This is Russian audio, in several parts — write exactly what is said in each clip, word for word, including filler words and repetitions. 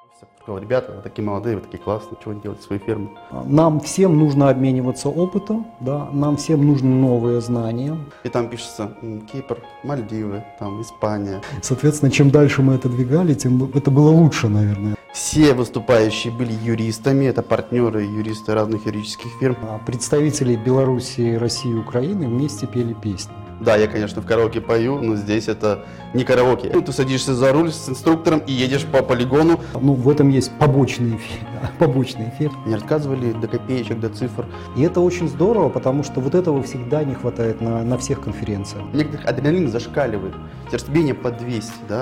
Сказал, ребята, вы такие молодые, вы такие классные, чего вы делаете свои фирмы? Нам всем нужно обмениваться опытом, да, нам всем нужны новые знания. И там пишется Кипр, Мальдивы, там Испания. Соответственно, чем дальше мы это двигали, тем это было лучше, наверное. Все выступающие были юристами, это партнеры, юристы разных юридических фирм. Представители Белоруссии, России и Украины вместе пели песни. Да, я, конечно, в караоке пою, но здесь это не караоке. Ты садишься за руль с инструктором и едешь по полигону. Ну, в этом есть побочный эффект. побочный эффект. Мне рассказывали до копеечек, до цифр. И это очень здорово, потому что вот этого всегда не хватает на, на всех конференциях. У некоторых адреналин зашкаливает, сердцебиение по двести, да?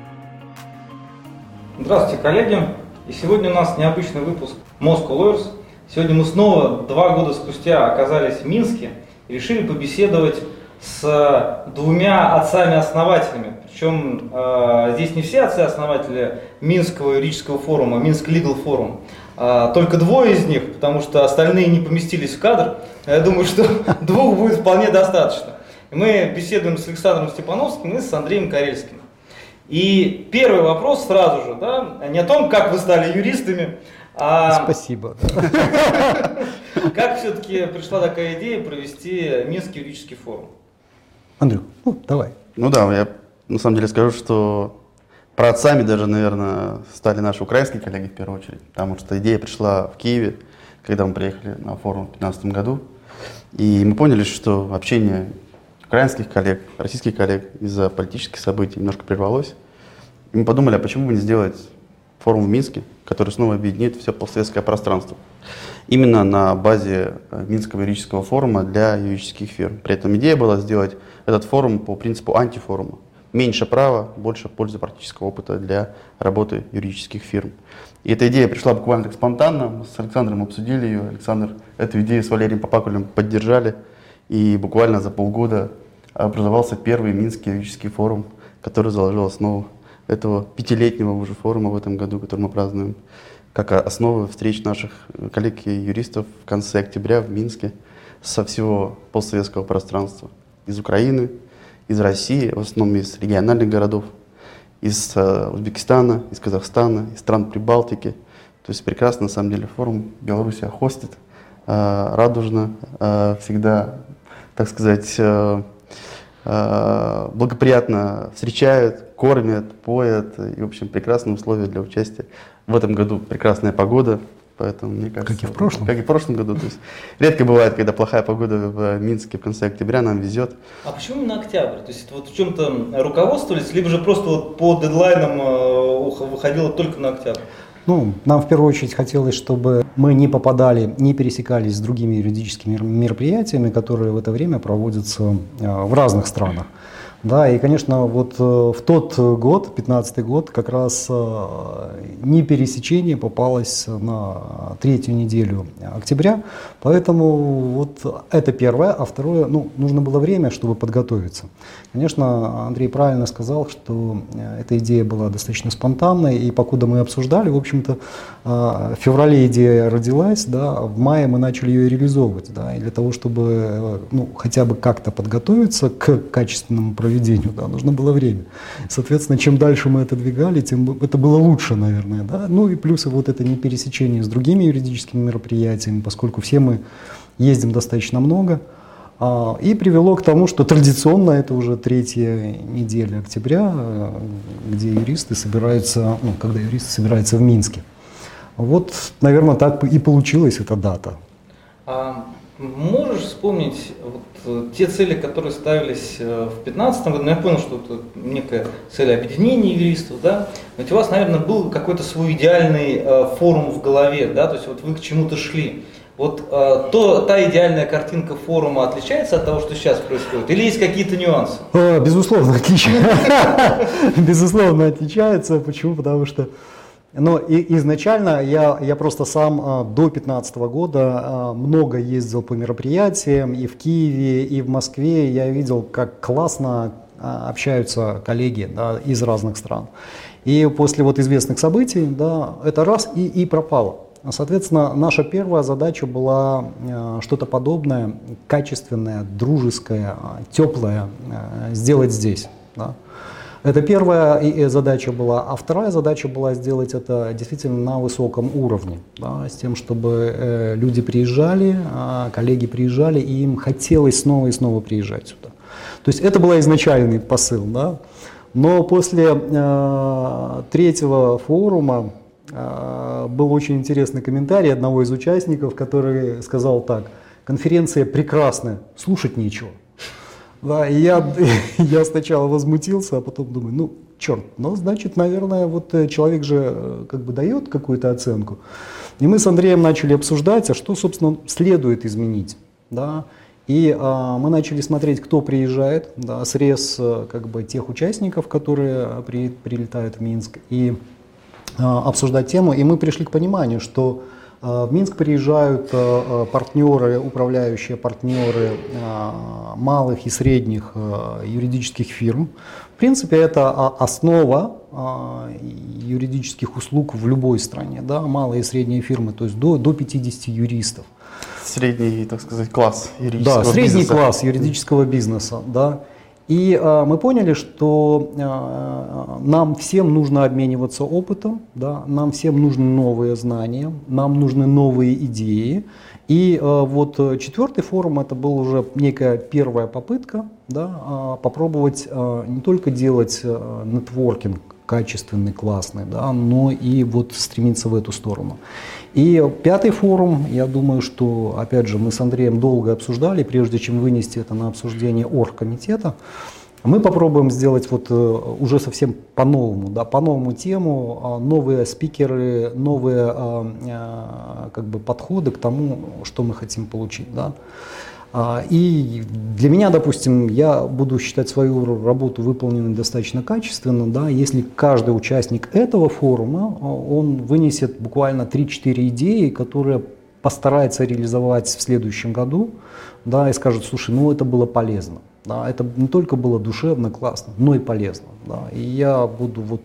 Здравствуйте, коллеги! И сегодня у нас необычный выпуск Moscow Lawyers. Сегодня мы снова, два года спустя, оказались в Минске и решили побеседовать с двумя отцами-основателями. Причем э, здесь не все отцы-основатели Минского юридического форума, Минск Legal Forum, а только двое из них, потому что остальные не поместились в кадр. Я думаю, что двух будет вполне достаточно. И мы беседуем с Александром Степановским и с Андреем Карельским. И первый вопрос сразу же, да, не о том, как вы стали юристами, а Спасибо. Как все-таки пришла такая идея провести Минский юридический форум? Андрей, ну давай. Ну да, я на самом деле скажу, что праотцами даже, наверное, стали наши украинские коллеги в первую очередь, потому что идея пришла в Киеве, когда мы приехали на форум в две тысячи пятнадцатом году, и мы поняли, что общение украинских коллег, российских коллег из-за политических событий немножко прервалось. И мы подумали, а почему бы не сделать форум в Минске, который снова объединит все постсоветское пространство. Именно на базе Минского юридического форума для юридических фирм. При этом идея была сделать этот форум по принципу антифорума. Меньше права, больше пользы практического опыта для работы юридических фирм. И эта идея пришла буквально так спонтанно. Мы с Александром обсудили ее. Александр эту идею с Валерием Попакулем поддержали. И буквально за полгода образовался первый Минский юридический форум, который заложил основу этого пятилетнего уже форума в этом году, который мы празднуем, как основы встреч наших коллег и юристов в конце октября в Минске со всего постсоветского пространства. Из Украины, из России, в основном из региональных городов, из э, Узбекистана, из Казахстана, из стран Прибалтики. То есть прекрасно, на самом деле, форум Беларусь хостит, э, радужно, э, всегда, так сказать, э, э, благоприятно встречают, кормят, поят, и, в общем, прекрасные условия для участия. В этом году прекрасная погода, поэтому, мне кажется... Как и в прошлом. Как и в прошлом году. То есть редко бывает, когда плохая погода в Минске в конце октября, нам везет. А почему именно октябрь? То есть это вот в чем-то руководствовались, либо же просто вот по дедлайнам выходило только на октябрь? Ну, нам в первую очередь хотелось, чтобы мы не попадали, не пересекались с другими юридическими мероприятиями, которые в это время проводятся в разных странах. Да, и, конечно, вот э, в тот год, пятнадцатый год, как раз э, не пересечение попалось на третью неделю октября, поэтому вот это первое, а второе, ну, нужно было время, чтобы подготовиться. Конечно, Андрей правильно сказал, что эта идея была достаточно спонтанной, и покуда мы обсуждали, в общем-то, э, в феврале идея родилась, да, в мае мы начали ее реализовывать, да, и для того, чтобы, э, ну, хотя бы как-то подготовиться к качественному проведению, проведению, да, нужно было время. Соответственно, чем дальше мы это двигали, тем это было лучше, наверное. Да? Ну и плюс и вот это не пересечение с другими юридическими мероприятиями, поскольку все мы ездим достаточно много. А, и привело к тому, что традиционно это уже третья неделя октября, где юристы собираются, ну, когда юристы собираются в Минске. Вот, наверное, так и получилась эта дата. А можешь вспомнить вот те цели, которые ставились в две тысячи пятнадцатом году? Ну, я понял, что это некая цель объединения юристов, да? Но ведь у вас, наверное, был какой-то свой идеальный э, форум в голове, да? То есть вот вы к чему-то шли. Вот э, то, та идеальная картинка форума отличается от того, что сейчас происходит? Или есть какие-то нюансы? Безусловно, отличается. Безусловно, отличается. Почему? Потому что но и изначально я, я просто сам а, до две тысячи пятнадцатого года а, много ездил по мероприятиям и в Киеве, и в Москве. Я видел, как классно а, общаются коллеги, да, из разных стран. И после вот известных событий, да, это раз и, и пропало. Соответственно, наша первая задача была а, что-то подобное, качественное, дружеское, а, теплое а, сделать здесь. Да. Это первая задача была, а вторая задача была сделать это действительно на высоком уровне, да, с тем, чтобы э, люди приезжали, э, коллеги приезжали, и им хотелось снова и снова приезжать сюда. То есть это был изначальный посыл, да. Но после э, третьего форума э, был очень интересный комментарий одного из участников, который сказал так: конференция прекрасная, слушать нечего. Да, и я, я сначала возмутился, а потом думаю, ну, черт, ну, значит, наверное, вот человек же как бы дает какую-то оценку. И мы с Андреем начали обсуждать, а что, собственно, следует изменить, да. И а, мы начали смотреть, кто приезжает, да, срез как бы тех участников, которые при, прилетают в Минск, и а, обсуждать тему. И мы пришли к пониманию, что а, в Минск приезжают а, партнеры, управляющие партнеры а, малых и средних а, юридических фирм. В принципе, это а, основа а, юридических услуг в любой стране, да, малые и средние фирмы, то есть до, до пятидесяти юристов. Средний, так сказать, класс юридического бизнеса. Да, средний бизнеса. класс юридического бизнеса, да. И а, мы поняли, что а, нам всем нужно обмениваться опытом, да, нам всем нужны новые знания, нам нужны новые идеи. И а, вот четвертый форум — это был уже некая первая попытка, да, а, попробовать а, не только делать а, нетворкинг качественный, классный, да, но и вот стремиться в эту сторону. И пятый форум, я думаю, что, опять же, мы с Андреем долго обсуждали, прежде чем вынести это на обсуждение оргкомитета. Мы попробуем сделать вот уже совсем по-новому, да, по новому тему, новые спикеры, новые как бы подходы к тому, что мы хотим получить, да. И для меня, допустим, я буду считать свою работу выполненной достаточно качественно, да, если каждый участник этого форума, он вынесет буквально три-четыре идеи, которые постарается реализовать в следующем году, да, и скажет: слушай, ну это было полезно, да, это не только было душевно, классно, но и полезно, да, и я буду вот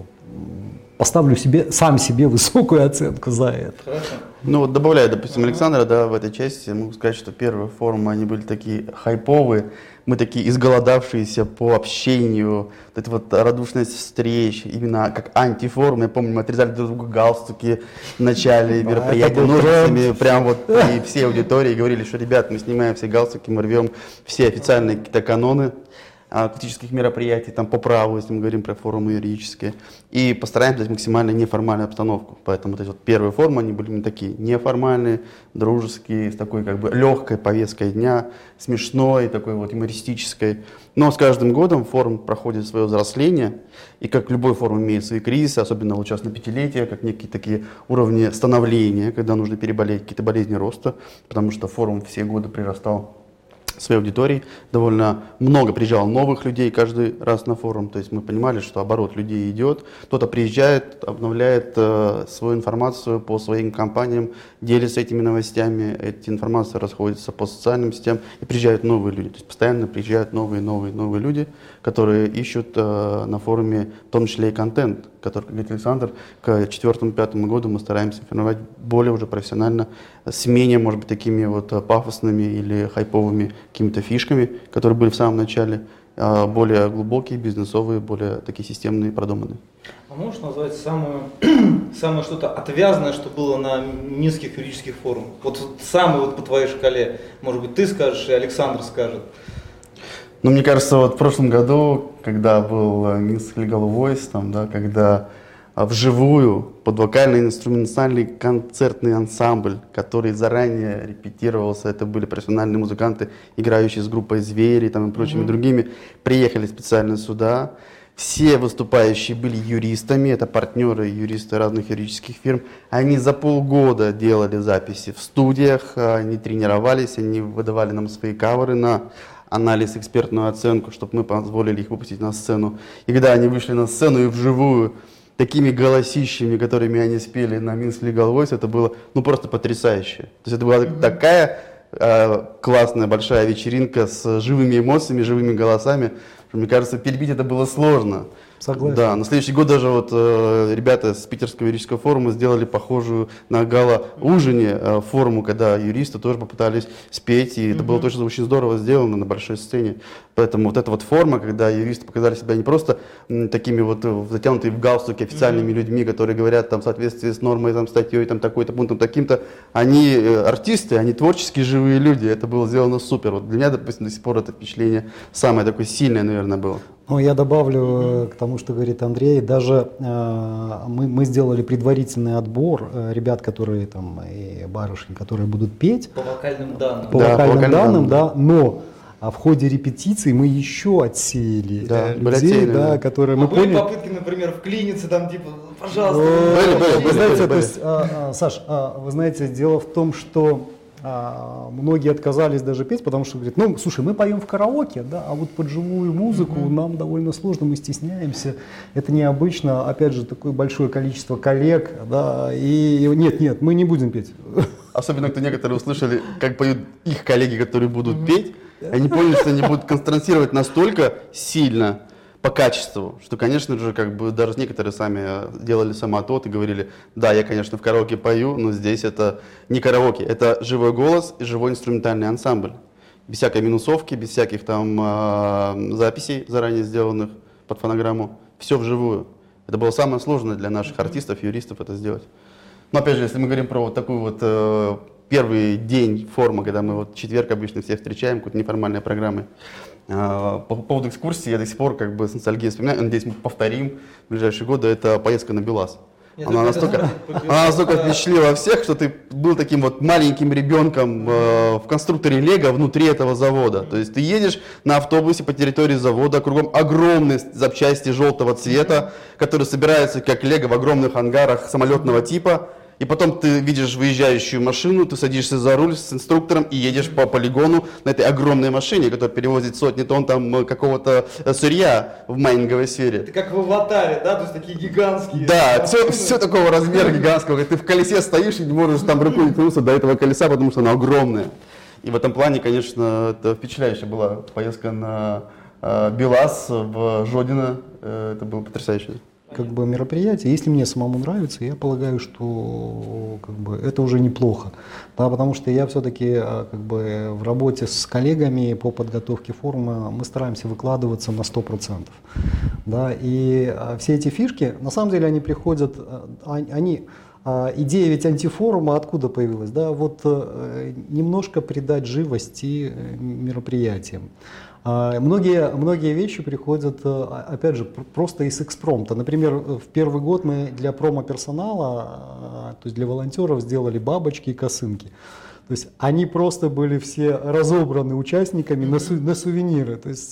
поставлю себе, сам себе высокую оценку за это. Хорошо. Ну вот добавляя, допустим, Александра, да, в этой части, могу сказать, что первые форумы, они были такие хайповые, мы такие изголодавшиеся по общению, вот эта вот радушность встреч, именно как антифорум. Я помню, мы отрезали друг другу галстуки в начале мероприятия ножницами, прям вот и все аудитории говорили, что, ребят, мы снимаем все галстуки, мы рвем все официальные какие-то каноны классических мероприятий, там по праву, если мы говорим про форумы юридические, и постараемся дать максимально неформальную обстановку. Поэтому вот эти вот первые форумы, они были именно такие неформальные, дружеские, с такой как бы легкой повесткой дня, смешной, такой вот юмористической. Но с каждым годом форум проходит свое взросление, и как любой форум имеет свои кризисы, особенно вот сейчас на пятилетие, как некие такие уровни становления, когда нужно переболеть какие-то болезни роста, потому что форум все годы прирастал своей аудитории, довольно много приезжало новых людей каждый раз на форум, то есть мы понимали, что оборот людей идет, кто-то приезжает, обновляет э, свою информацию по своим компаниям, делится этими новостями, эти информации расходятся по социальным сетям, и приезжают новые люди, то есть постоянно приезжают новые, новые, новые люди, которые ищут э, на форуме в том числе и контент, который, как говорит Александр, к четвертому-пятому году мы стараемся формировать более уже профессионально, с менее, может быть, такими вот пафосными или хайповыми какими-то фишками, которые были в самом начале, более глубокие, бизнесовые, более такие системные, продуманные. А можешь назвать самую, самое что-то отвязное, что было на минских юридических форумах? Вот самое вот по твоей шкале, может быть, ты скажешь и Александр скажет. Ну, мне кажется, вот в прошлом году, когда был Минск Legal Voice, там, да, когда вживую под вокальный инструментальный концертный ансамбль, который заранее репетировался, это были профессиональные музыканты, играющие с группой «Звери» там, и прочими mm-hmm. другими, приехали специально сюда. Все выступающие были юристами, это партнеры, юристы разных юридических фирм. Они за полгода делали записи в студиях, они тренировались, они выдавали нам свои каверы на анализ, экспертную оценку, чтобы мы позволили их выпустить на сцену. И когда они вышли на сцену и вживую, такими голосищами, которыми они спели на Minsk Legal Voice, это было ну просто потрясающе. То есть это была mm-hmm. такая э, классная большая вечеринка с живыми эмоциями, живыми голосами, что, мне кажется, перебить это было сложно. Согласен. Да, на следующий год даже вот э, ребята с Питерского юридического форума сделали похожую на гала-ужине э, форму, когда юристы тоже попытались спеть, и это было тоже очень здорово сделано на большой сцене. Поэтому вот эта вот форма, когда юристы показали себя не просто м, такими вот э, затянутыми в галстуке официальными mm-hmm. людьми, которые говорят там в соответствии с нормой, там, статьей, там, такой-то пунктом, таким-то, они э, артисты, они творческие живые люди, это было сделано супер. Вот для меня, допустим, до сих пор это впечатление самое такое сильное, наверное, было. Ну, я добавлю mm-hmm. к тому, что говорит Андрей, даже э, мы, мы сделали предварительный отбор э, ребят, которые там, и барышень, которые будут петь. По вокальным данным. По да, вокальным, по вокальным данным, данным, да, но а в ходе репетиции мы еще отсеяли да, людей, да, да. которые а мы были поняли. попытки, например, вклиниться там, типа, пожалуйста. Были, были, Вы были, знаете, были, то были. есть, а, а, Саш, а, вы знаете, дело в том, что а, многие отказались даже петь, потому что говорят, ну, слушай, мы поем в караоке, да, а вот под живую музыку mm-hmm. нам довольно сложно, мы стесняемся, это необычно, опять же, такое большое количество коллег, да, и нет, нет, мы не будем петь. Особенно, кто некоторые услышали, как поют их коллеги, которые будут mm-hmm. петь, они поняли, что они будут контрастировать настолько сильно по качеству, что, конечно же, как бы даже некоторые сами делали самоотвод и говорили, да, я, конечно, в караоке пою, но здесь это не караоке, это живой голос и живой инструментальный ансамбль. Без всякой минусовки, без всяких там э, записей заранее сделанных под фонограмму. Все вживую. Это было самое сложное для наших артистов, юристов это сделать. Но опять же, если мы говорим про вот такую вот э, первый день формы, когда мы вот в четверг обычно всех встречаем, какой-то неформальной программой. По поводу экскурсии я до сих пор как бы с ностальгией вспоминаю, надеюсь, мы повторим в ближайшие годы, это поездка на БелАЗ. Она настолько, она настолько впечатлила всех, что ты был таким вот маленьким ребенком э, в конструкторе Лего внутри этого завода. То есть ты едешь на автобусе по территории завода, кругом огромные запчасти желтого цвета, которые собираются как Лего в огромных ангарах самолетного типа. И потом ты видишь выезжающую машину, ты садишься за руль с инструктором и едешь по полигону на этой огромной машине, которая перевозит сотни тонн там какого-то сырья в майнинговой сфере. Это как в «Аватаре», да? То есть такие гигантские. Да, все, все такого размера гигантского. Ты в колесе стоишь и не можешь там рукой дотянуться до этого колеса, потому что оно огромное. И в этом плане, конечно, это впечатляющая была поездка на э, БелАЗ в Жодино. Э, это было потрясающе. Как бы мероприятие, если мне самому нравится, я полагаю, что как бы, это уже неплохо, да, потому что я все-таки как бы, в работе с коллегами по подготовке форума мы стараемся выкладываться на сто процентов. Да, и все эти фишки, на самом деле они приходят, они, идея ведь антифорума откуда появилась? Да, вот немножко придать живости мероприятиям. Многие, многие вещи приходят, опять же, просто из экспромта. Например, в первый год мы для промо-персонала, то есть для волонтеров, сделали бабочки и косынки. То есть они просто были все разобраны участниками на, су, на сувениры. То есть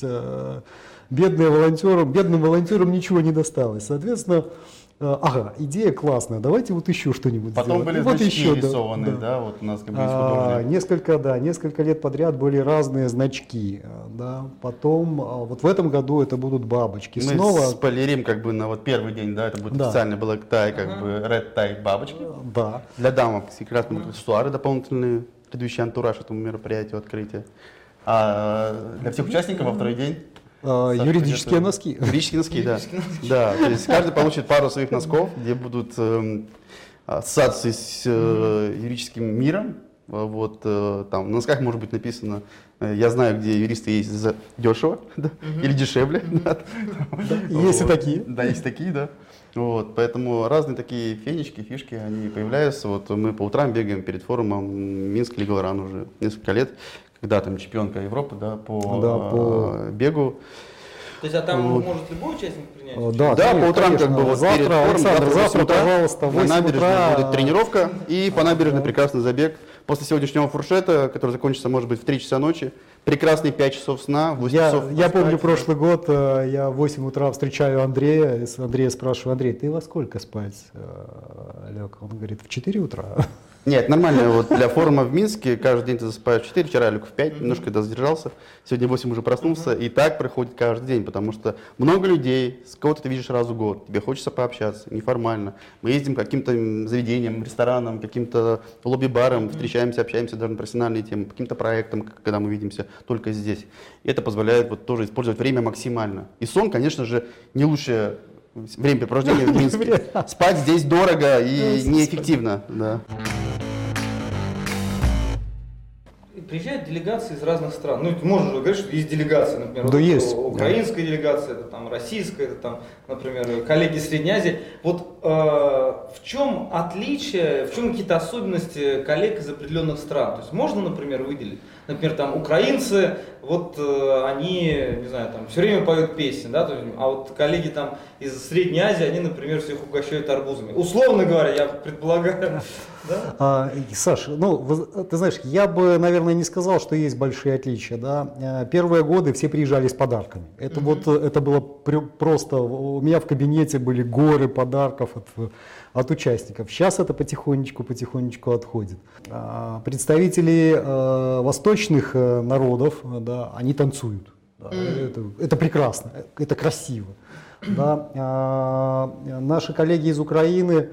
бедные волонтерам, бедным волонтерам ничего не досталось. Соответственно, ага, идея классная, давайте вот еще что-нибудь Потом сделаем. были вот значки еще, рисованные, да, да, да, вот у нас как бы есть а, художник. несколько, да, несколько лет подряд были разные значки, да, потом, вот в этом году это будут бабочки. Мы снова спойлерим как бы на вот первый день, да, это будет Да. официальный black tie, как Ага. бы red tie бабочки. Да. Для дам как раз аксессуары дополнительные, предыдущий антураж этому мероприятию, открытия. А для всех участников во второй день А, Саша юридические приготовил. носки. Юридические носки, да. Да, то есть каждый получит пару своих носков, где будут эм, ассоциации с э, юридическим миром. Вот, э, там на носках может быть написано, э, я знаю, где юристы есть за дешево, да, или дешевле. Да. Есть и Вот. такие. Да, есть такие, да. Вот, поэтому разные такие фенечки, фишки, они появляются. Вот мы по утрам бегаем перед форумом Минск Legal Run уже несколько лет, когда там чемпионка Европы, да, по, Да, по- э, бегу. То есть, а там Вот. может любой участник принять? О, Да, Да, конечно, по утрам как бы вот завтра, перед форумом, Александр, в завтра, восемь утра пожалуйста, в на восемь набережной утра. будет тренировка и по набережной прекрасный забег. После сегодняшнего фуршета, который закончится, может быть, в три часа ночи, прекрасные пять часов сна, в восемь Я, часов я помню поспать. прошлый год, э, я в восемь утра встречаю Андрея, и с Андрея спрашиваю: Андрей, ты во сколько спать э, лег? Он говорит, в четыре утра. Нет, нормально. Вот для форума в Минске каждый день ты засыпаешь в четыре, вчера я лег в пять, немножко когда задержался. Сегодня в восемь уже проснулся. И так проходит каждый день, потому что много людей, с кого ты видишь раз в год, тебе хочется пообщаться, неформально. Мы ездим к каким-то заведениям, ресторанам, каким-то лобби-барам, встречаемся, общаемся даже на профессиональные темы, по каким-то проектам, когда мы видимся только здесь. И это позволяет вот тоже использовать время максимально. И сон, конечно же, не лучшее времяпрепровождение в Минске. Спать здесь дорого и неэффективно. Да. Приезжают делегации из разных стран. Ну, можно же говорить, что есть делегации, например, да вот есть. украинская да. делегация, это там российская, это там, например, коллеги из Средней Азии. Вот э, в чем отличие, в чем какие-то особенности коллег из определенных стран? То есть можно, например, выделить? Например, там украинцы, вот э, они, не знаю, там все время поют песни, да, то есть, а вот коллеги там из Средней Азии, они, например, всех угощают арбузами. Условно говоря, я предполагаю. Да? А, Саш, ну, ты знаешь, я бы, наверное, не сказал, что есть большие отличия. Да? Первые годы все приезжали с подарками. Это, mm-hmm. вот, это было просто, у меня в кабинете были горы подарков от, от участников. Сейчас это потихонечку-потихонечку отходит. А, представители а, восточных народов, да, они танцуют. Да, mm-hmm. это, это прекрасно, это красиво. Да? А, наши коллеги из Украины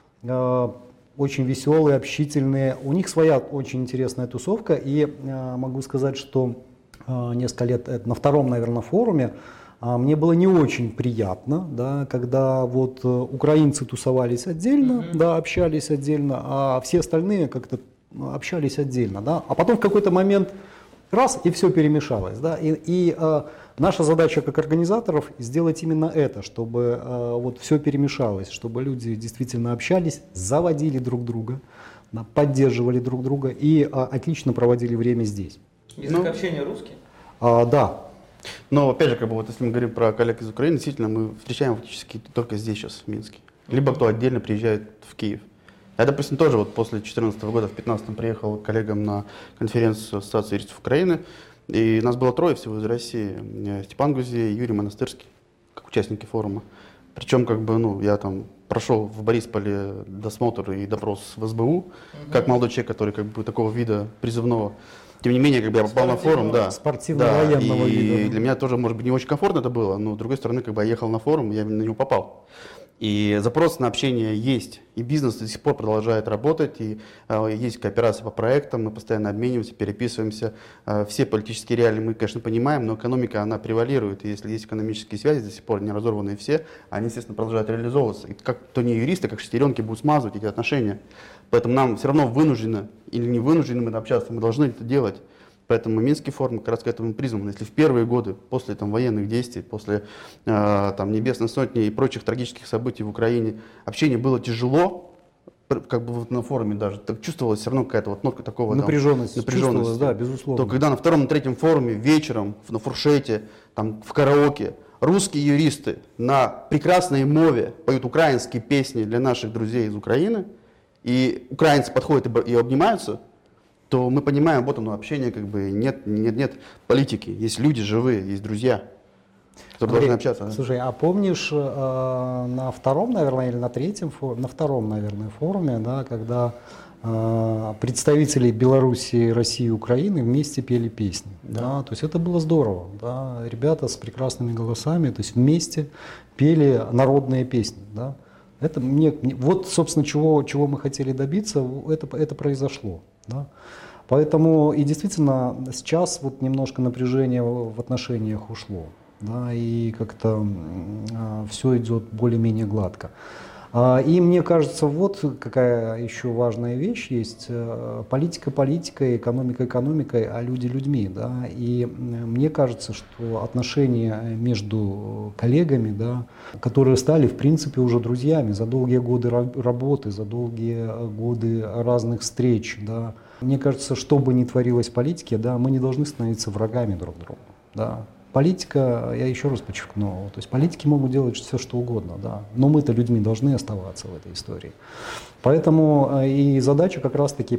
а, очень веселые, общительные. У них своя очень интересная тусовка. И э, могу сказать, что э, несколько лет э, на втором, наверное, форуме э, мне было не очень приятно, да, когда вот э, украинцы тусовались отдельно, mm-hmm. да, общались отдельно, а все остальные как-то общались отдельно. Да. А потом в какой-то момент раз, и все перемешалось. Да, и, и э, наша задача как организаторов сделать именно это, чтобы э, вот все перемешалось, чтобы люди действительно общались, заводили друг друга, да, поддерживали друг друга и э, отлично проводили время здесь. Язык ну, общения русский? А, да. Но опять же, как бы, вот, если мы говорим про коллег из Украины, действительно мы встречаем фактически только здесь сейчас, в Минске. Либо кто отдельно приезжает в Киев. Я, допустим, тоже вот после две тысячи четырнадцатого года, в две тысячи пятнадцатом приехал к коллегам на конференцию Ассоциации юристов Украины. И нас было трое всего из России. Степан Гузей и Юрий Монастырский, как участники форума. Причем, как бы, ну, я там прошел в Борисполе досмотр и допрос в эс бэ у, угу. как молодой человек, который как бы такого вида призывного. Тем не менее, как бы я попал на форум, да. Спортивно-военного да, вида. И для меня тоже, может быть, не очень комфортно это было, но с другой стороны, как бы я ехал на форум, я на него попал. И запрос на общение есть, и бизнес до сих пор продолжает работать, и э, есть кооперация по проектам, мы постоянно обмениваемся, переписываемся. Э, все политические реалии мы, конечно, понимаем, но экономика, она превалирует, и если есть экономические связи, до сих пор не разорванные все, они, естественно, продолжают реализовываться. И как то не юристы, как шестеренки будут смазывать эти отношения. Поэтому нам все равно вынуждены или не вынуждены мы общаться, мы должны это делать. Поэтому Минский форум как раз к этому призван. Если в первые годы, после там, военных действий, после э, там, Небесной сотни и прочих трагических событий в Украине, общение было тяжело, как бы вот на форуме даже, так чувствовалась все равно какая-то вот нотка такого напряженности, там, напряженности. Да, безусловно. То когда на втором, на третьем форуме вечером на фуршете, там, в караоке русские юристы на прекрасной мове поют украинские песни для наших друзей из Украины, и украинцы подходят и, и обнимаются, то мы понимаем, вот оно общение, как бы нет, нет, нет политики, есть люди живые, есть друзья, которые должны общаться. Да? Слушай, а помнишь э, на втором, наверное, или на третьем форуме, на втором, наверное, форуме, да, когда э, представители Белоруссии, России и Украины вместе пели песни, да. Да, то есть это было здорово, да, ребята с прекрасными голосами, то есть вместе пели народные песни, да. Это мне, вот, собственно, чего, чего мы хотели добиться, это, это произошло. Да? Поэтому и действительно сейчас вот немножко напряжение в отношениях ушло, да, и как-то э, все идет более-менее гладко. А, и мне кажется, вот какая еще важная вещь есть: э, политика политикой, экономика экономикой, а люди людьми. Да? И мне кажется, что отношения между коллегами, да, которые стали в принципе уже друзьями за долгие годы работы, за долгие годы разных встреч, да, мне кажется, что бы ни творилось в политике, да, мы не должны становиться врагами друг друга. Да. Политика, я еще раз подчеркну, то есть политики могут делать все, что угодно, да, но мы-то людьми должны оставаться в этой истории. Поэтому и задача как раз-таки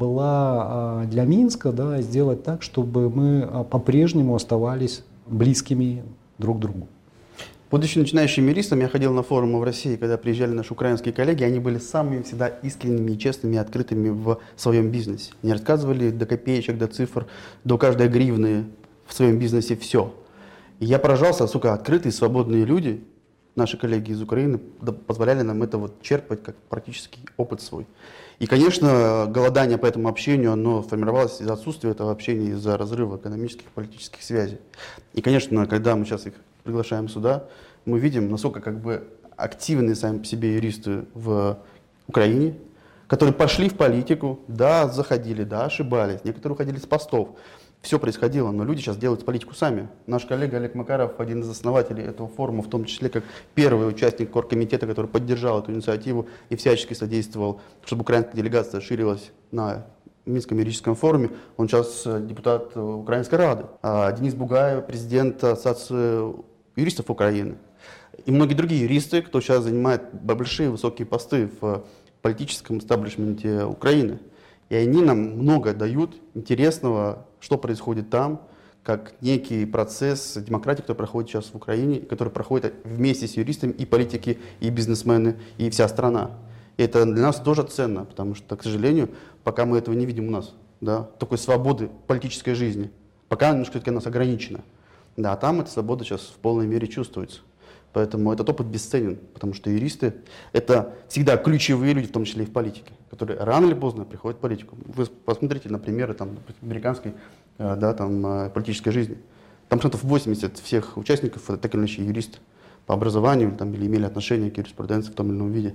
была для Минска, да, сделать так, чтобы мы по-прежнему оставались близкими друг к другу. Будучи начинающим юристом, я ходил на форумы в России, когда приезжали наши украинские коллеги, они были самыми всегда искренними, честными и открытыми в своем бизнесе. Они рассказывали до копеечек, до цифр, до каждой гривны в своем бизнесе все. И я поражался, насколько открытые, свободные люди, наши коллеги из Украины, позволяли нам это вот черпать как практический опыт свой. И, конечно, голодание по этому общению, оно формировалось из-за отсутствия этого общения, из-за разрыва экономических и политических связей. И, конечно, когда мы сейчас их приглашаем сюда, мы видим, насколько как бы активные сами по себе юристы в Украине, которые пошли в политику, да, заходили, да, ошибались, некоторые уходили с постов. Все происходило, но люди сейчас делают политику сами. Наш коллега Олег Макаров, один из основателей этого форума, в том числе как первый участник оргкомитета, который поддержал эту инициативу и всячески содействовал, чтобы украинская делегация ширилась на Минском юридическом форуме. Он сейчас депутат Украинской Рады. А Денис Бугаев, президент Ассоциации юристов Украины. И многие другие юристы, кто сейчас занимает большие высокие посты в политическом истеблишменте Украины. И они нам много дают интересного, что происходит там, как некий процесс демократии, который проходит сейчас в Украине, который проходит вместе с юристами и политики, и бизнесмены, и вся страна. И это для нас тоже ценно, потому что, к сожалению, пока мы этого не видим у нас, да, такой свободы политической жизни, пока немножко у нас ограничена. Да, а там эта свобода сейчас в полной мере чувствуется. Поэтому этот опыт бесценен, потому что юристы – это всегда ключевые люди, в том числе и в политике, которые рано или поздно приходят в политику. Вы посмотрите на примеры там, американской да, там, политической жизни. Там процентов восемьдесят всех участников – это так или иначе юристы по образованию там, или имели отношение к юриспруденции в том или ином виде.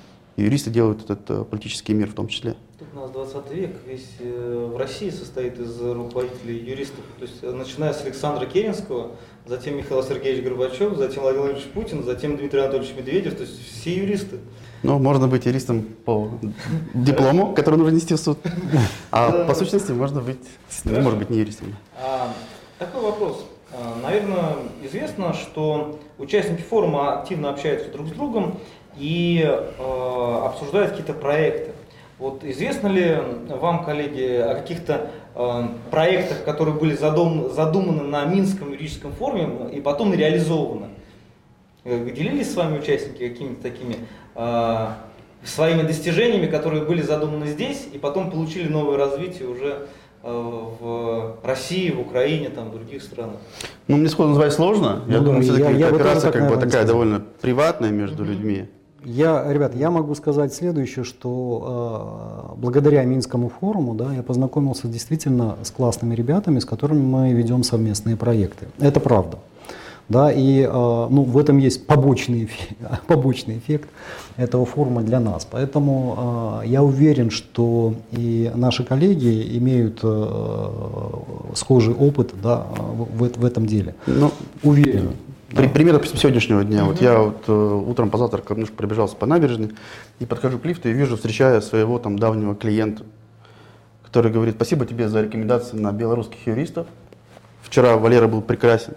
И юристы делают этот uh, политический мир в том числе. Тут у нас двадцатый век, весь э, в России состоит из руководителей юристов. То есть, начиная с Александра Керенского, затем Михаил Сергеевич Горбачев, затем Владимир Владимирович Путин, затем Дмитрий Анатольевич Медведев. То есть все юристы. Ну, можно быть юристом по диплому, который нужно нести в суд. А по сущности можно быть, может быть, не юристом. Такой вопрос. Наверное, известно, что участники форума активно общаются друг с другом и э, обсуждают какие-то проекты. Вот известно ли вам, коллеги, о каких-то э, проектах, которые были задум, задуманы на Минском юридическом форуме и потом реализованы? Делились с вами участники какими-то такими э, своими достижениями, которые были задуманы здесь и потом получили новое развитие уже в России, в Украине, там, в других странах? Ну, мне сходу назвать сложно. Ну, я да, думаю, все-таки я, кооперация я как бы такая сказать. довольно приватная между mm-hmm. людьми. Я, ребят, я могу сказать следующее, что э, благодаря Минскому форуму, да, я познакомился действительно с классными ребятами, с которыми мы ведем совместные проекты. Это правда. Да, и э, ну, в этом есть побочный эффект, побочный эффект этого форума для нас. Поэтому э, я уверен, что и наши коллеги имеют э, схожий опыт, да, в, в этом деле. Ну, уверен. При, да. Пример, допустим, сегодняшнего дня. Mm-hmm. Вот я вот, э, утром позавтракал, немножко пробежался по набережной и подхожу к лифту и вижу, встречая своего там давнего клиента, который говорит: спасибо тебе за рекомендации на белорусских юристов. Вчера Валера был прекрасен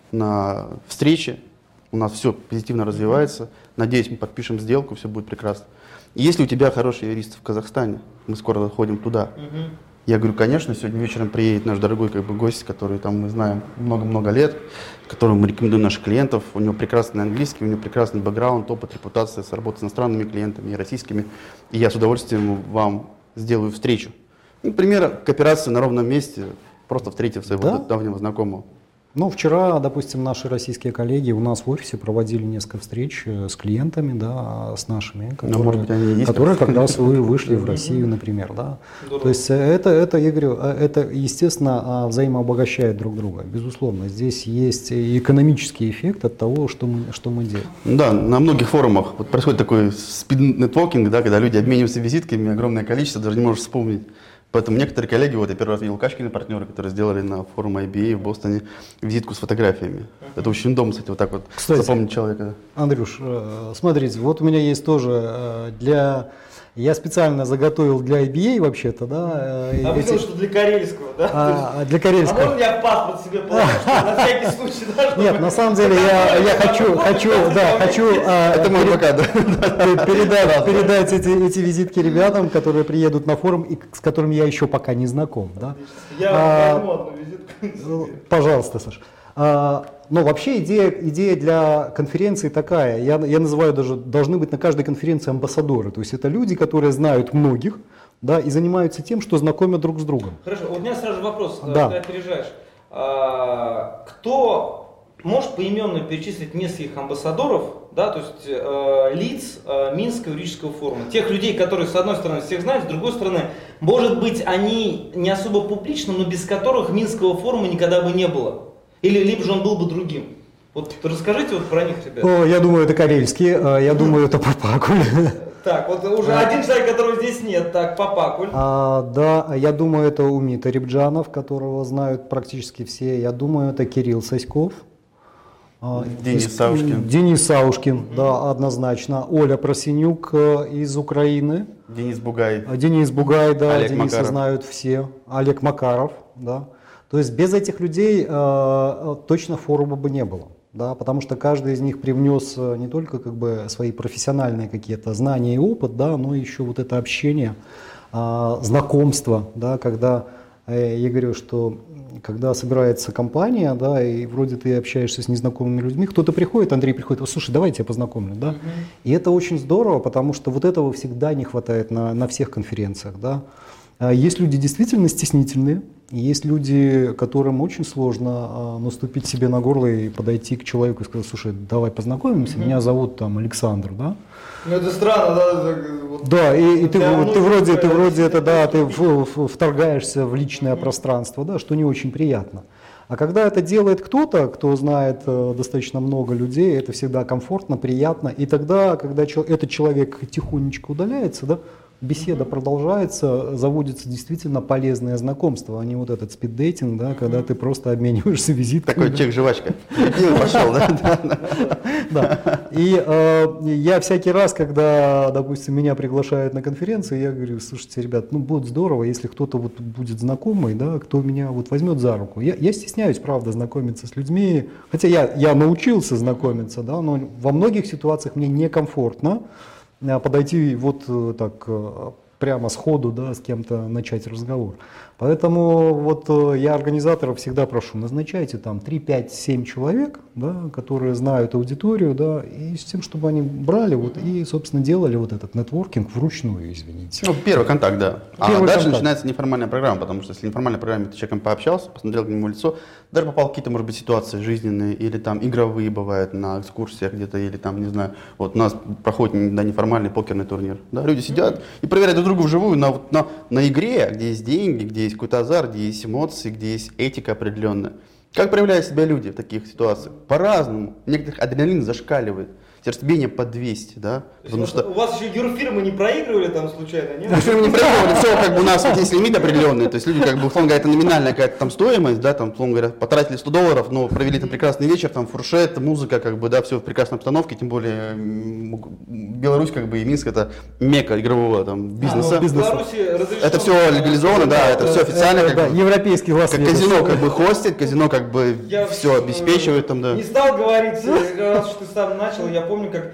на встрече, у нас все позитивно развивается, надеюсь, мы подпишем сделку, все будет прекрасно. И если у тебя хорошие юристы в Казахстане, мы скоро заходим туда, угу. я говорю, конечно, сегодня вечером приедет наш дорогой как бы гость, который там мы знаем много-много лет, которому мы рекомендуем наших клиентов, у него прекрасный английский, у него прекрасный бэкграунд, опыт, репутация с работой с иностранными клиентами и российскими, и я с удовольствием вам сделаю встречу. Ну, например, кооперация на ровном месте, просто встретив своего да? давнего знакомого. Ну, вчера, допустим, наши российские коллеги у нас в офисе проводили несколько встреч с клиентами, да, с нашими, которые, ну, может быть, они есть, которые как раз вы вышли в Россию, например, да. То есть это, это, я говорю, это, естественно, взаимообогащает друг друга, безусловно. Здесь есть и экономический эффект от того, что мы, что мы делаем. Да, на многих форумах вот происходит такой спид-нетворкинг, да, когда люди обмениваются визитками, огромное количество, даже не можешь вспомнить. Поэтому некоторые коллеги, вот я первый раз видел Качкины партнеры, которые сделали на форуме ай би эй в Бостоне визитку с фотографиями. Uh-huh. Это очень удобно, кстати, вот так вот Кстати, запомнить человека. Андрюш, смотрите, вот у меня есть тоже для... Я специально заготовил для ай би эй вообще-то, да. А вы эти... что для карельского, да? А, для карельского. А можно я паспорт себе положить, на всякий случай, да? Нет, на самом деле я, я хочу, хочу, да, хочу Это мой адвокат, передать, передать эти, эти визитки ребятам, которые приедут на форум и с которыми я еще пока не знаком, да. Я возьму одну визитку. Пожалуйста, Саша. но вообще идея, идея для конференции такая, я, я называю даже, должны быть на каждой конференции амбассадоры, то есть это люди, которые знают многих, да, и занимаются тем, что знакомят друг с другом. Хорошо, вот у меня сразу вопрос, да. ты опережаешь. А, кто может поименно перечислить нескольких амбассадоров, да, то есть э, лиц э, Минского юридического форума, тех людей, которые с одной стороны всех знают, с другой стороны, может быть, они не особо публичны, но без которых Минского форума никогда бы не было, или либо же он был бы другим. Вот расскажите вот про них, ребята. О, я думаю, это Карельский, я думаю, это Попакуль. Так, вот уже один человек, которого здесь нет, так, Попакуль. А, да, я думаю, это Умит Рибджанов, которого знают практически все. Я думаю, это Кирилл Саськов. Денис из, Саушкин. Денис Саушкин, mm-hmm. да, однозначно. Оля Просинюк из Украины. Денис Бугай. Денис Бугай, да, Олег Дениса Макаров. Знают все. Олег Макаров, да. То есть без этих людей э, точно форума бы не было. Да, потому что каждый из них привнес не только как бы свои профессиональные какие-то знания и опыт, да, но еще вот это общение, э, знакомство, да, когда э, я говорю, что когда собирается компания, да, и вроде ты общаешься с незнакомыми людьми, кто-то приходит, Андрей приходит, слушай, давай я тебя познакомлю, да, uh-huh. и это очень здорово, потому что вот этого всегда не хватает на, на всех конференциях, да. Есть люди действительно стеснительные, есть люди, которым очень сложно наступить себе на горло и подойти к человеку и сказать, слушай, давай познакомимся, uh-huh. меня зовут там Александр, да. Ну это странно, да? Вот, да, и, и ты, ты вроде, ты вроде это, да, ты в, в, вторгаешься в личное mm-hmm. пространство, да, что не очень приятно. А когда это делает кто-то, кто знает э, достаточно много людей, это всегда комфортно, приятно. И тогда, когда чел- этот человек тихонечко удаляется, да, беседа продолжается, заводится действительно полезное знакомство, а не вот этот спиддейтинг, да, когда ты просто обмениваешься визитками. Такой чек-жвачка. Пошел, да? Да. И э, я всякий раз, когда, допустим, меня приглашают на конференцию, я говорю, слушайте, ребят, ну будет здорово, если кто-то вот будет знакомый, да, кто меня вот возьмет за руку. Я, я стесняюсь, правда, знакомиться с людьми, хотя я, я научился знакомиться, да, но во многих ситуациях мне некомфортно подойти вот так прямо сходу, да, с кем-то начать разговор. Поэтому вот я организаторов всегда прошу, назначайте там три, пять, семь человек, да, которые знают аудиторию, да, и с тем, чтобы они брали вот, и, собственно, делали вот этот нетворкинг вручную, извините. Ну, первый контакт, да. А Первый дальше контакт. начинается неформальная программа, потому что если в неформальной программе ты с человеком пообщался, посмотрел к нему лицо, даже попал в какие-то, может быть, ситуации жизненные, или там игровые бывают на экскурсиях где-то, или там, не знаю, вот у нас проходит да, неформальный покерный турнир, да, люди сидят и проверяют друг друга вживую на, на, на игре, где есть деньги, где есть какой-то азарт, где есть эмоции, где есть этика определенная. Как проявляют себя люди в таких ситуациях? По-разному. У некоторых адреналин зашкаливает. Сердцебиение по двести, да? Потому что... У вас еще юрфирмы не проигрывали там случайно, нет? Юрфирмы не проигрывали, все как бы у нас вот есть лимит определенный, то есть люди как бы, условно говоря, это номинальная какая-то там стоимость, да, там, условно говоря, потратили сто долларов, но провели там прекрасный вечер, там фуршет, музыка, как бы, да, все в прекрасной обстановке, тем более Беларусь, как бы, и Минск это мекка игрового там бизнеса. А, ну, в Беларуси разрешено. Это все легализовано, да, это все официально, это, как да, бы, европейский глаз. как казино как бы хостит, казино как бы Я все обеспечивает там, да. Не стал говорить, раз уж ты сам начал, я помню, как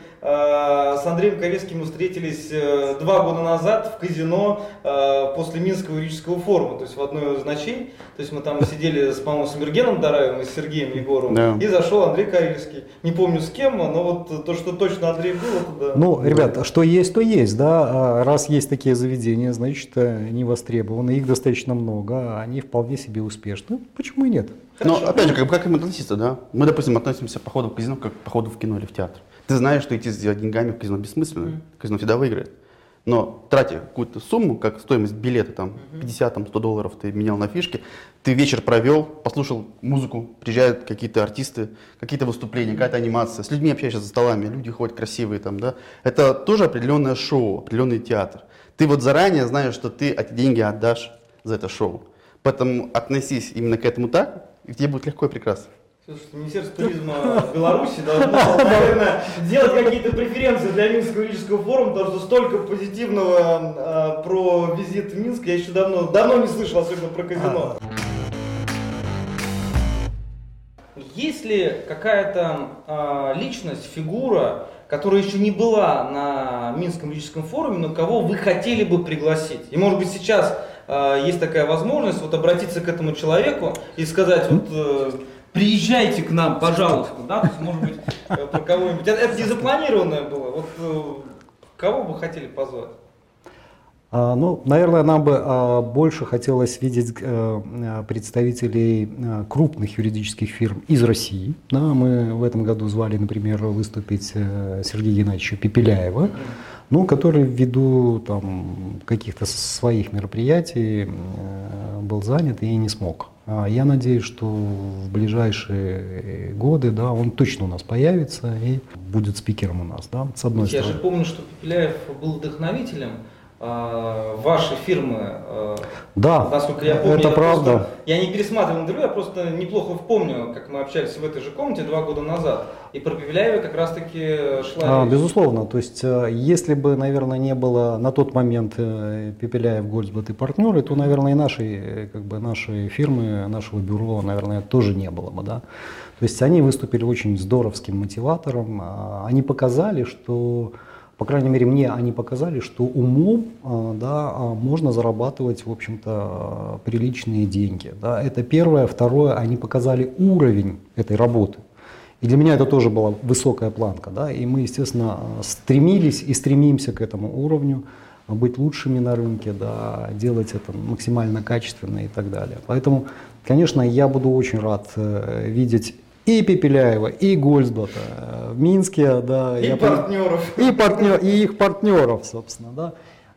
э, с Андреем Ковецким мы встретились э, два года назад в казино э, после Минского юридического форума, то есть в одной из ночей, то есть мы там сидели, с, по-моему, с Мергеном Дараевым и с Сергеем Егоровым, Да. и зашел Андрей Карельский, не помню с кем, но вот то, что точно Андрей был, это да. Ну, ребят, что есть, то есть, да, раз есть такие заведения, значит, они востребованы, их достаточно много, они вполне себе успешны, почему и нет? Но опять же, как, как им относиться, да? Мы, допустим, относимся к походу в казино как к походу в кино или в театр. Ты знаешь, что идти с деньгами в казино бессмысленно, mm. казино всегда выиграет. Но тратя какую-то сумму, как стоимость билета, там, пятьдесят-сто долларов ты менял на фишки, ты вечер провел, послушал музыку, приезжают какие-то артисты, какие-то выступления, какая-то анимация, с людьми общаешься за столами, люди ходят красивые там, да. Это тоже определенное шоу, определенный театр. Ты вот заранее знаешь, что ты эти деньги отдашь за это шоу. Поэтому относись именно к этому так, и тебе будет легко и прекрасно. Слушайте, Министерство туризма в Беларуси должно, наверное, делать какие-то преференции для Минского юридического форума, потому что столько позитивного э, про визит в Минск я еще давно, давно не слышал, особенно про казино. Есть ли какая-то э, личность, фигура, которая еще не была на Минском юридическом форуме, но кого вы хотели бы пригласить? И может быть сейчас э, есть такая возможность вот обратиться к этому человеку и сказать, вот, э, приезжайте к нам, пожалуйста, да, то есть, может быть, про кого-нибудь. Это, это не запланированное было. Вот кого бы хотели позвать? А, ну, наверное, нам бы а, больше хотелось видеть а, представителей а, крупных юридических фирм из России. Да, мы в этом году звали, например, выступить а, Сергея Геннадьевича Пепеляева, mm-hmm. ну, который ввиду там, каких-то своих мероприятий а, был занят и не смог. А я надеюсь, что в ближайшие годы, да, он точно у нас появится и будет спикером у нас, да, с одной я стороны. Я же помню, что Пепеляев был вдохновителем вашей фирмы, да, насколько я помню, это я правда. Просто, я не пересматривал интервью, я просто неплохо помню, как мы общались в этой же комнате два года назад, и про Пепеляева как раз-таки шла а, речь. Безусловно, то есть если бы, наверное, не было на тот момент Пепеляев, Гольцблат и партнеры, то, наверное, и нашей, как бы, нашей фирмы, нашего бюро, наверное, тоже не было бы, да. То есть они выступили очень здоровским мотиватором, они показали, что по крайней мере, мне они показали, что умом, да, можно зарабатывать, в общем-то, приличные деньги. Да. Это первое. Второе, они показали уровень этой работы. И для меня это тоже была высокая планка. Да. И мы, естественно, стремились и стремимся к этому уровню, быть лучшими на рынке, да, делать это максимально качественно и так далее. Поэтому, конечно, я буду очень рад видеть и Пепеляева, и Гольцблата в Минске, да, и я партнеров, и, партнер, и их партнеров, собственно, да.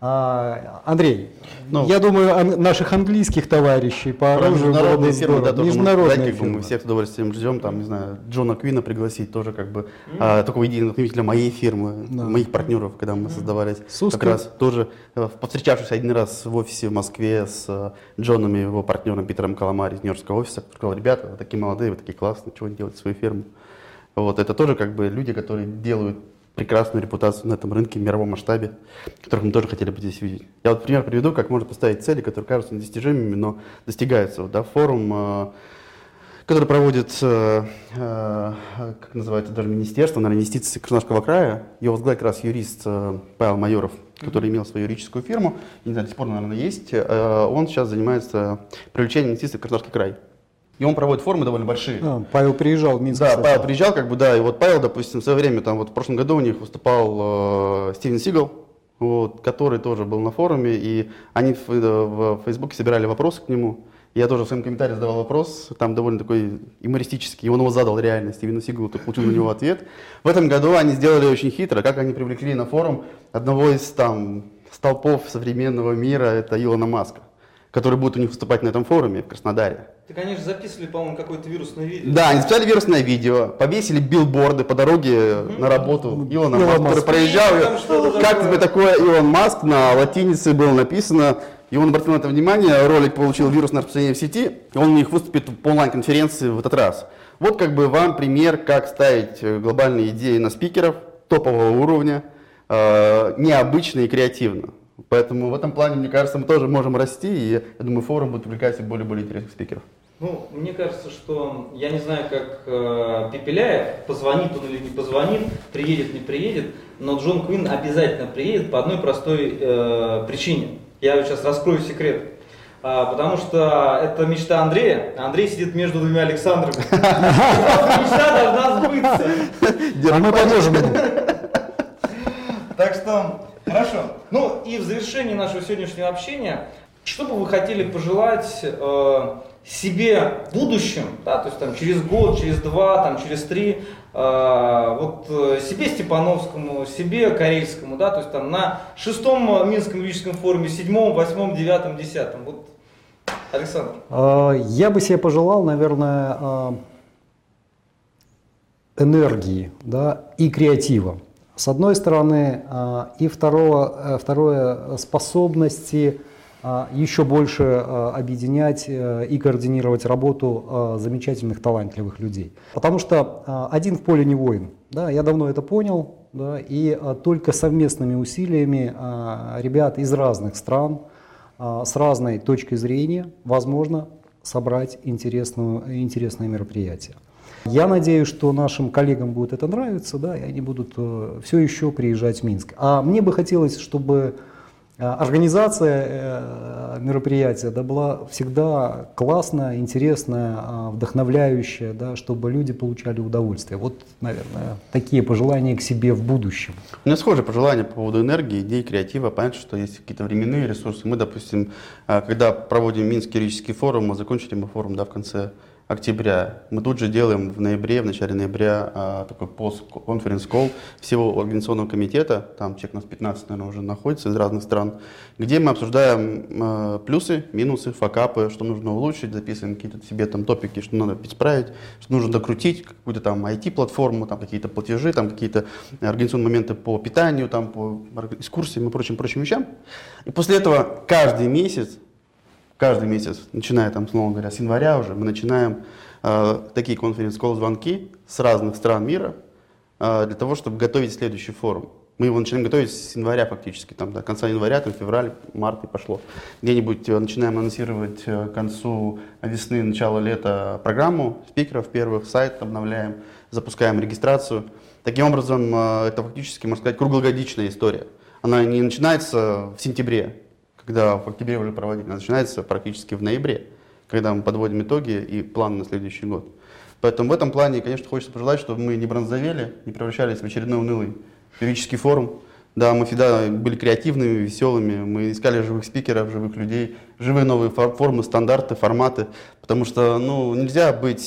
А, Андрей, ну, я думаю, ан- наших английских товарищей по оружию было бы фирмы, да, тоже международные дать, фирмы. Мы всех с удовольствием ждем, там, не знаю, Джона Квина пригласить тоже, как бы, mm-hmm. а, такого единого вдохновителя моей фирмы, да. моих партнеров, когда мы mm-hmm. создавались, Суски. Как раз тоже, повстречавшись один раз в офисе в Москве с Джоном и его партнером Питером Каламари из Нью-Йоркского офиса, сказал: ребята, вы такие молодые, вы такие классные, чего вы делаете свою фирму? Вот, это тоже, как бы, люди, которые делают прекрасную репутацию на этом рынке в мировом масштабе, которых мы тоже хотели бы здесь видеть. Я вот пример приведу, как можно поставить цели, которые кажутся недостижимыми, но достигаются. Вот, да, форум, э, который проводит, э, э, как называется, даже министерство, наверное, инвестиций Краснодарского края, его возглавляет как раз юрист э, Павел Майоров, который имел свою юридическую фирму, не знаю, до сих пор, наверное, есть. Э, он сейчас занимается привлечением инвестиций в Краснодарский край. И он проводит форумы довольно большие. А, Павел приезжал в Минск. Да, кстати. Павел приезжал, как бы, да, и вот Павел, допустим, в свое время, там, вот в прошлом году у них выступал э, Стивен Сигал, вот, который тоже был на форуме, и они в, в, в Фейсбуке собирали вопросы к нему. Я тоже в своем комментарии задавал вопрос, там довольно такой юмористический, и он его задал реально, Стивену Сигалу, ты получил на него ответ. В этом году они сделали очень хитро, как они привлекли на форум одного из там столпов современного мира, это Илона Маска, который будет у них выступать на этом форуме в Краснодаре. Ты, конечно, записывали, по-моему, какое-то вирусное видео. Да, они записали вирусное видео, повесили билборды по дороге mm-hmm. на работу Илона Маска, который проезжал. Как тебе такое Илон Маск, на латинице было написано, и он обратил на это внимание, ролик получил вирусное распространение в сети, и он у них выступит по онлайн-конференции в этот раз. Вот как бы вам пример, как ставить глобальные идеи на спикеров топового уровня, э, необычно и креативно. Поэтому в этом плане, мне кажется, мы тоже можем расти, и я думаю, форум будет привлекать все более и более интересных спикеров. Ну, мне кажется, что, я не знаю, как э, Пепеляев, позвонит он или не позвонит, приедет, не приедет, но Джон Квин обязательно приедет по одной простой э, причине. Я сейчас раскрою секрет. А, потому что это мечта Андрея, а Андрей сидит между двумя Александрами. Мечта должна сбыться. А мы поможем ему. Так что, хорошо. Ну и в завершении нашего сегодняшнего общения, что бы вы хотели пожелать э, себе в будущем, да, то есть там через год, через два, там через три, э, вот э, себе Степановскому, себе Карельскому, да, то есть там на шестом Минском юридическом форуме, седьмом, восьмом, девятом, десятом. Вот, Александр. Я бы себе пожелал, наверное, энергии, да, и креатива. С одной стороны, и второе, второе способности еще больше объединять и координировать работу замечательных, талантливых людей. Потому что один в поле не воин. Да, я давно это понял, да, и только совместными усилиями ребят из разных стран, с разной точки зрения, возможно собрать интересную, интересное мероприятие. Я надеюсь, что нашим коллегам будет это нравиться, да, и они будут э, все еще приезжать в Минск. А мне бы хотелось, чтобы организация мероприятия, да, была всегда классная, интересная, вдохновляющая, да, чтобы люди получали удовольствие. Вот, наверное, такие пожелания к себе в будущем. У меня схожие пожелания по поводу энергии, идей, креатива. Понятно, что есть какие-то временные ресурсы. Мы, допустим, когда проводим Минский юридический форум, мы закончили мы форум, да, в конце октября. Мы тут же делаем в ноябре, в начале ноября а, такой пост-конференц-колл всего организационного комитета, там человек у нас пятнадцать, наверное, уже находится из разных стран, где мы обсуждаем а, плюсы, минусы, факапы, что нужно улучшить, записываем какие-то себе там топики, что надо исправить, что нужно докрутить, какую-то там ай ти-платформу, там какие-то платежи, там какие-то организационные моменты по питанию, там по экскурсиям и прочим-прочим вещам. И после этого каждый месяц Каждый месяц, начиная там, словно говоря, с января уже, мы начинаем э, такие конференц-колл-звонки с разных стран мира э, для того, чтобы готовить следующий форум. Мы его начинаем готовить с января фактически, там, до конца января, там, февраль, март и пошло. Где-нибудь э, начинаем анонсировать э, к концу весны, начало лета программу спикеров первых, сайт обновляем, запускаем регистрацию. Таким образом, э, это фактически, можно сказать, круглогодичная история. Она не начинается в сентябре, когда в октябре уже проводить, она начинается практически в ноябре, когда мы подводим итоги и план на следующий год. Поэтому в этом плане, конечно, хочется пожелать, чтобы мы не бронзовели, не превращались в очередной унылый юридический форум. Да, мы всегда были креативными, веселыми, мы искали живых спикеров, живых людей, живые новые формы, стандарты, форматы, потому что ну, нельзя быть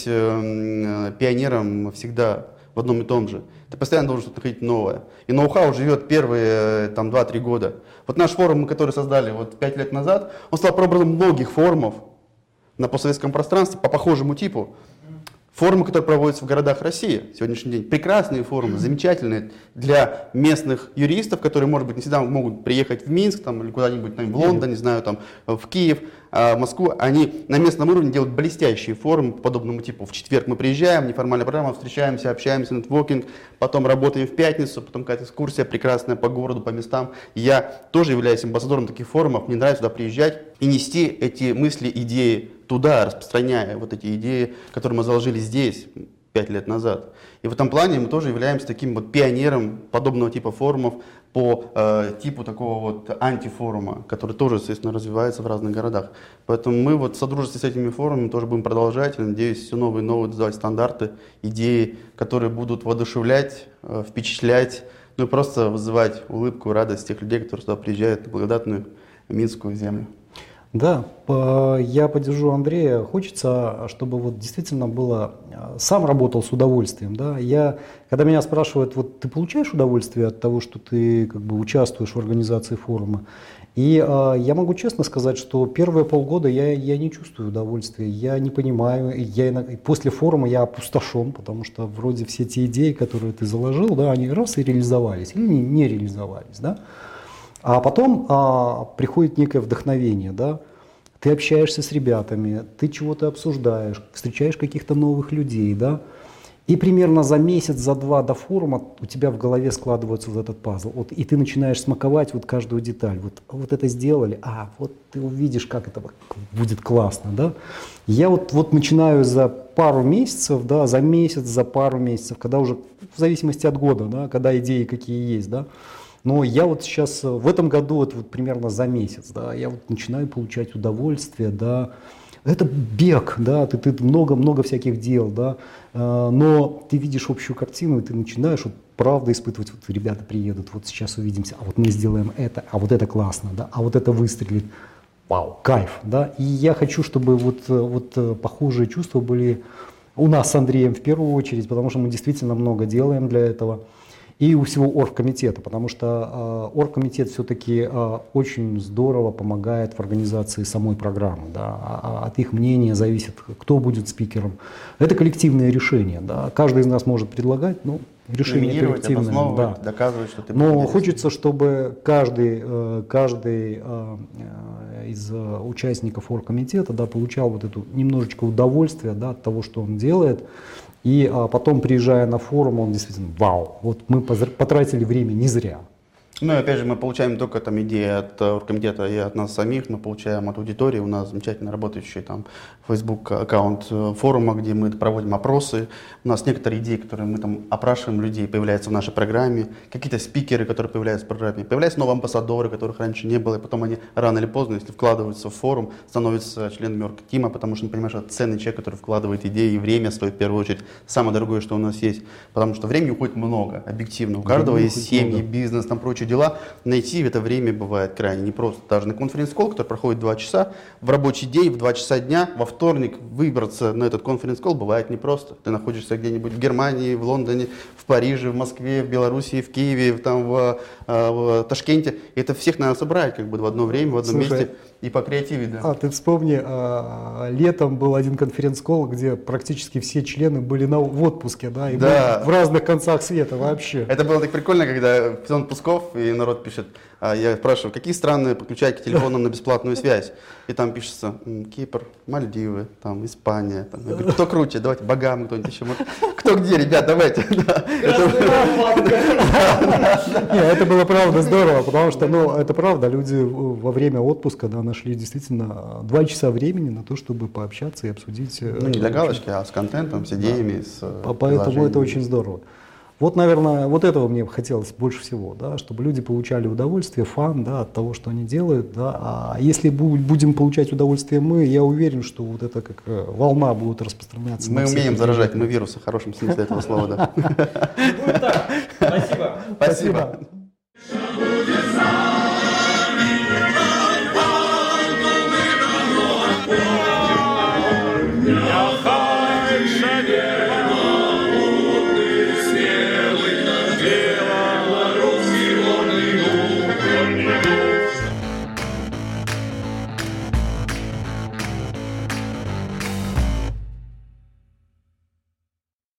э, пионером всегда в одном и том же. Ты постоянно должен что-то находить новое. И ноу-хау живет первые там, два-три года. Вот наш форум, который создали вот, пять лет назад, он стал прообразом многих форумов на постсоветском пространстве по похожему типу. Форумы, которые проводятся в городах России сегодняшний день, прекрасные форумы, замечательные для местных юристов, которые, может быть, не всегда могут приехать в Минск там, или куда-нибудь там, в Лондон, не знаю, там, в Киев, в Москву. Они на местном уровне делают блестящие форумы по подобному типу. В четверг мы приезжаем, неформальная программа, встречаемся, общаемся, нетворкинг, потом работаем в пятницу, потом какая-то экскурсия прекрасная по городу, по местам. Я тоже являюсь амбассадором таких форумов, мне нравится туда приезжать и нести эти мысли, идеи туда, распространяя вот эти идеи, которые мы заложили здесь пять лет назад. И в этом плане мы тоже являемся таким вот пионером подобного типа форумов по э, типу такого вот антифорума, который тоже, естественно, развивается в разных городах. Поэтому мы вот в содружестве с этими форумами тоже будем продолжать, и, надеюсь, все новые и новые создавать стандарты, идеи, которые будут воодушевлять, э, впечатлять, ну и просто вызывать улыбку, радость тех людей, которые сюда приезжают на благодатную Минскую землю. Да, я поддержу Андрея. Хочется, чтобы вот действительно было, сам работал с удовольствием. Да? Я, когда меня спрашивают, вот ты получаешь удовольствие от того, что ты как бы участвуешь в организации форума? И э, я могу честно сказать, что первые полгода я, я не чувствую удовольствия, я не понимаю, я иногда, после форума я опустошен, потому что вроде все те идеи, которые ты заложил, да, они раз и реализовались, или не, не реализовались. Да? А потом а, приходит некое вдохновение, да? Ты общаешься с ребятами, ты чего-то обсуждаешь, встречаешь каких-то новых людей, да? И примерно за месяц, за два до форума у тебя в голове складывается вот этот пазл. Вот, и ты начинаешь смаковать вот каждую деталь. Вот, вот это сделали, а вот ты увидишь, как это будет классно, да? Я вот, вот начинаю за пару месяцев, да, за месяц, за пару месяцев, когда уже в зависимости от года, да, когда идеи какие есть, да. Но я вот сейчас в этом году, вот, вот примерно за месяц, да, я вот начинаю получать удовольствие, да. Это бег, да, ты, ты много-много всяких дел, да, но ты видишь общую картину, и ты начинаешь вот правда испытывать, вот ребята приедут, вот сейчас увидимся, а вот мы сделаем это, а вот это классно, да, а вот это выстрелит, вау, кайф, да. И я хочу, чтобы вот, вот похожие чувства были у нас с Андреем в первую очередь, потому что мы действительно много делаем для этого. И у всего оргкомитета, потому что э, оргкомитет все-таки э, очень здорово помогает в организации самой программы. Да, а, а от их мнения зависит, кто будет спикером. Это коллективное решение. Да. Каждый из нас может предлагать, но решение коллективное. Да. Доказывать, что ты но хочется, чтобы каждый, э, каждый э, из э, участников оргкомитета, да, получал вот эту немножечко удовольствия, да, от того, что он делает. И а, потом, приезжая на форум, он действительно, вау, вот мы потратили время не зря. Ну и опять же, мы получаем не только там идеи от э, оргкомитета и от нас самих, мы получаем от аудитории. У нас замечательно работающий там Facebook аккаунт э, форума, где мы проводим опросы. У нас некоторые идеи, которые мы там опрашиваем людей, появляются в нашей программе. Какие-то спикеры, которые появляются в программе. Появляются новые амбассадоры, которых раньше не было, и потом они рано или поздно, если вкладываются в форум, становятся членами оргтима, потому что, ну, понимаешь, это ценный человек, который вкладывает идеи и время свое в первую очередь. Самое дорогое, что у нас есть. Потому что времени уходит много, объективно. У каждого Времени есть уходит семьи, много. бизнес, там прочие дела. Найти в это время бывает крайне непросто. Даже на конференц-колл, который проходит два часа, в рабочий день, в два часа дня, во вторник выбраться на этот конференц-колл бывает непросто. Ты находишься где-нибудь в Германии, в Лондоне, в Париже, в Москве, в Белоруссии, в Киеве, в, там, в, э, в Ташкенте. И это всех надо собрать как бы в одно время, в одном Слушай, месте и покреативить. Да. А ты вспомни, а, летом был один конференц-колл, где практически все члены были на, в отпуске, да, и Да. мы в разных концах света вообще. Это было так прикольно, когда в сезон отпусков, и народ пишет, а я спрашиваю, какие страны подключать к телефонам на бесплатную связь? И там пишется м, Кипр, Мальдивы, там, Испания. Там. Я говорю, кто круче? Давайте, Багамы кто-нибудь еще. Может, кто где, ребят, давайте. Да. Не, это было правда здорово, потому что, ну, это правда, люди во время отпуска, да, нашли действительно два часа времени на то, чтобы пообщаться и обсудить. Ну, не для галочки, а с контентом, с идеями, с По- Поэтому это приложениями. очень здорово. Вот, наверное, вот этого мне хотелось больше всего, да, чтобы люди получали удовольствие, фан, да, от того, что они делают, да, а если бу- будем получать удовольствие мы, я уверен, что вот это как э, волна будет распространяться. Мы на всех умеем людей. заражать, мы вирусы в хорошем смысле этого слова, да. Будет так. Спасибо. Спасибо.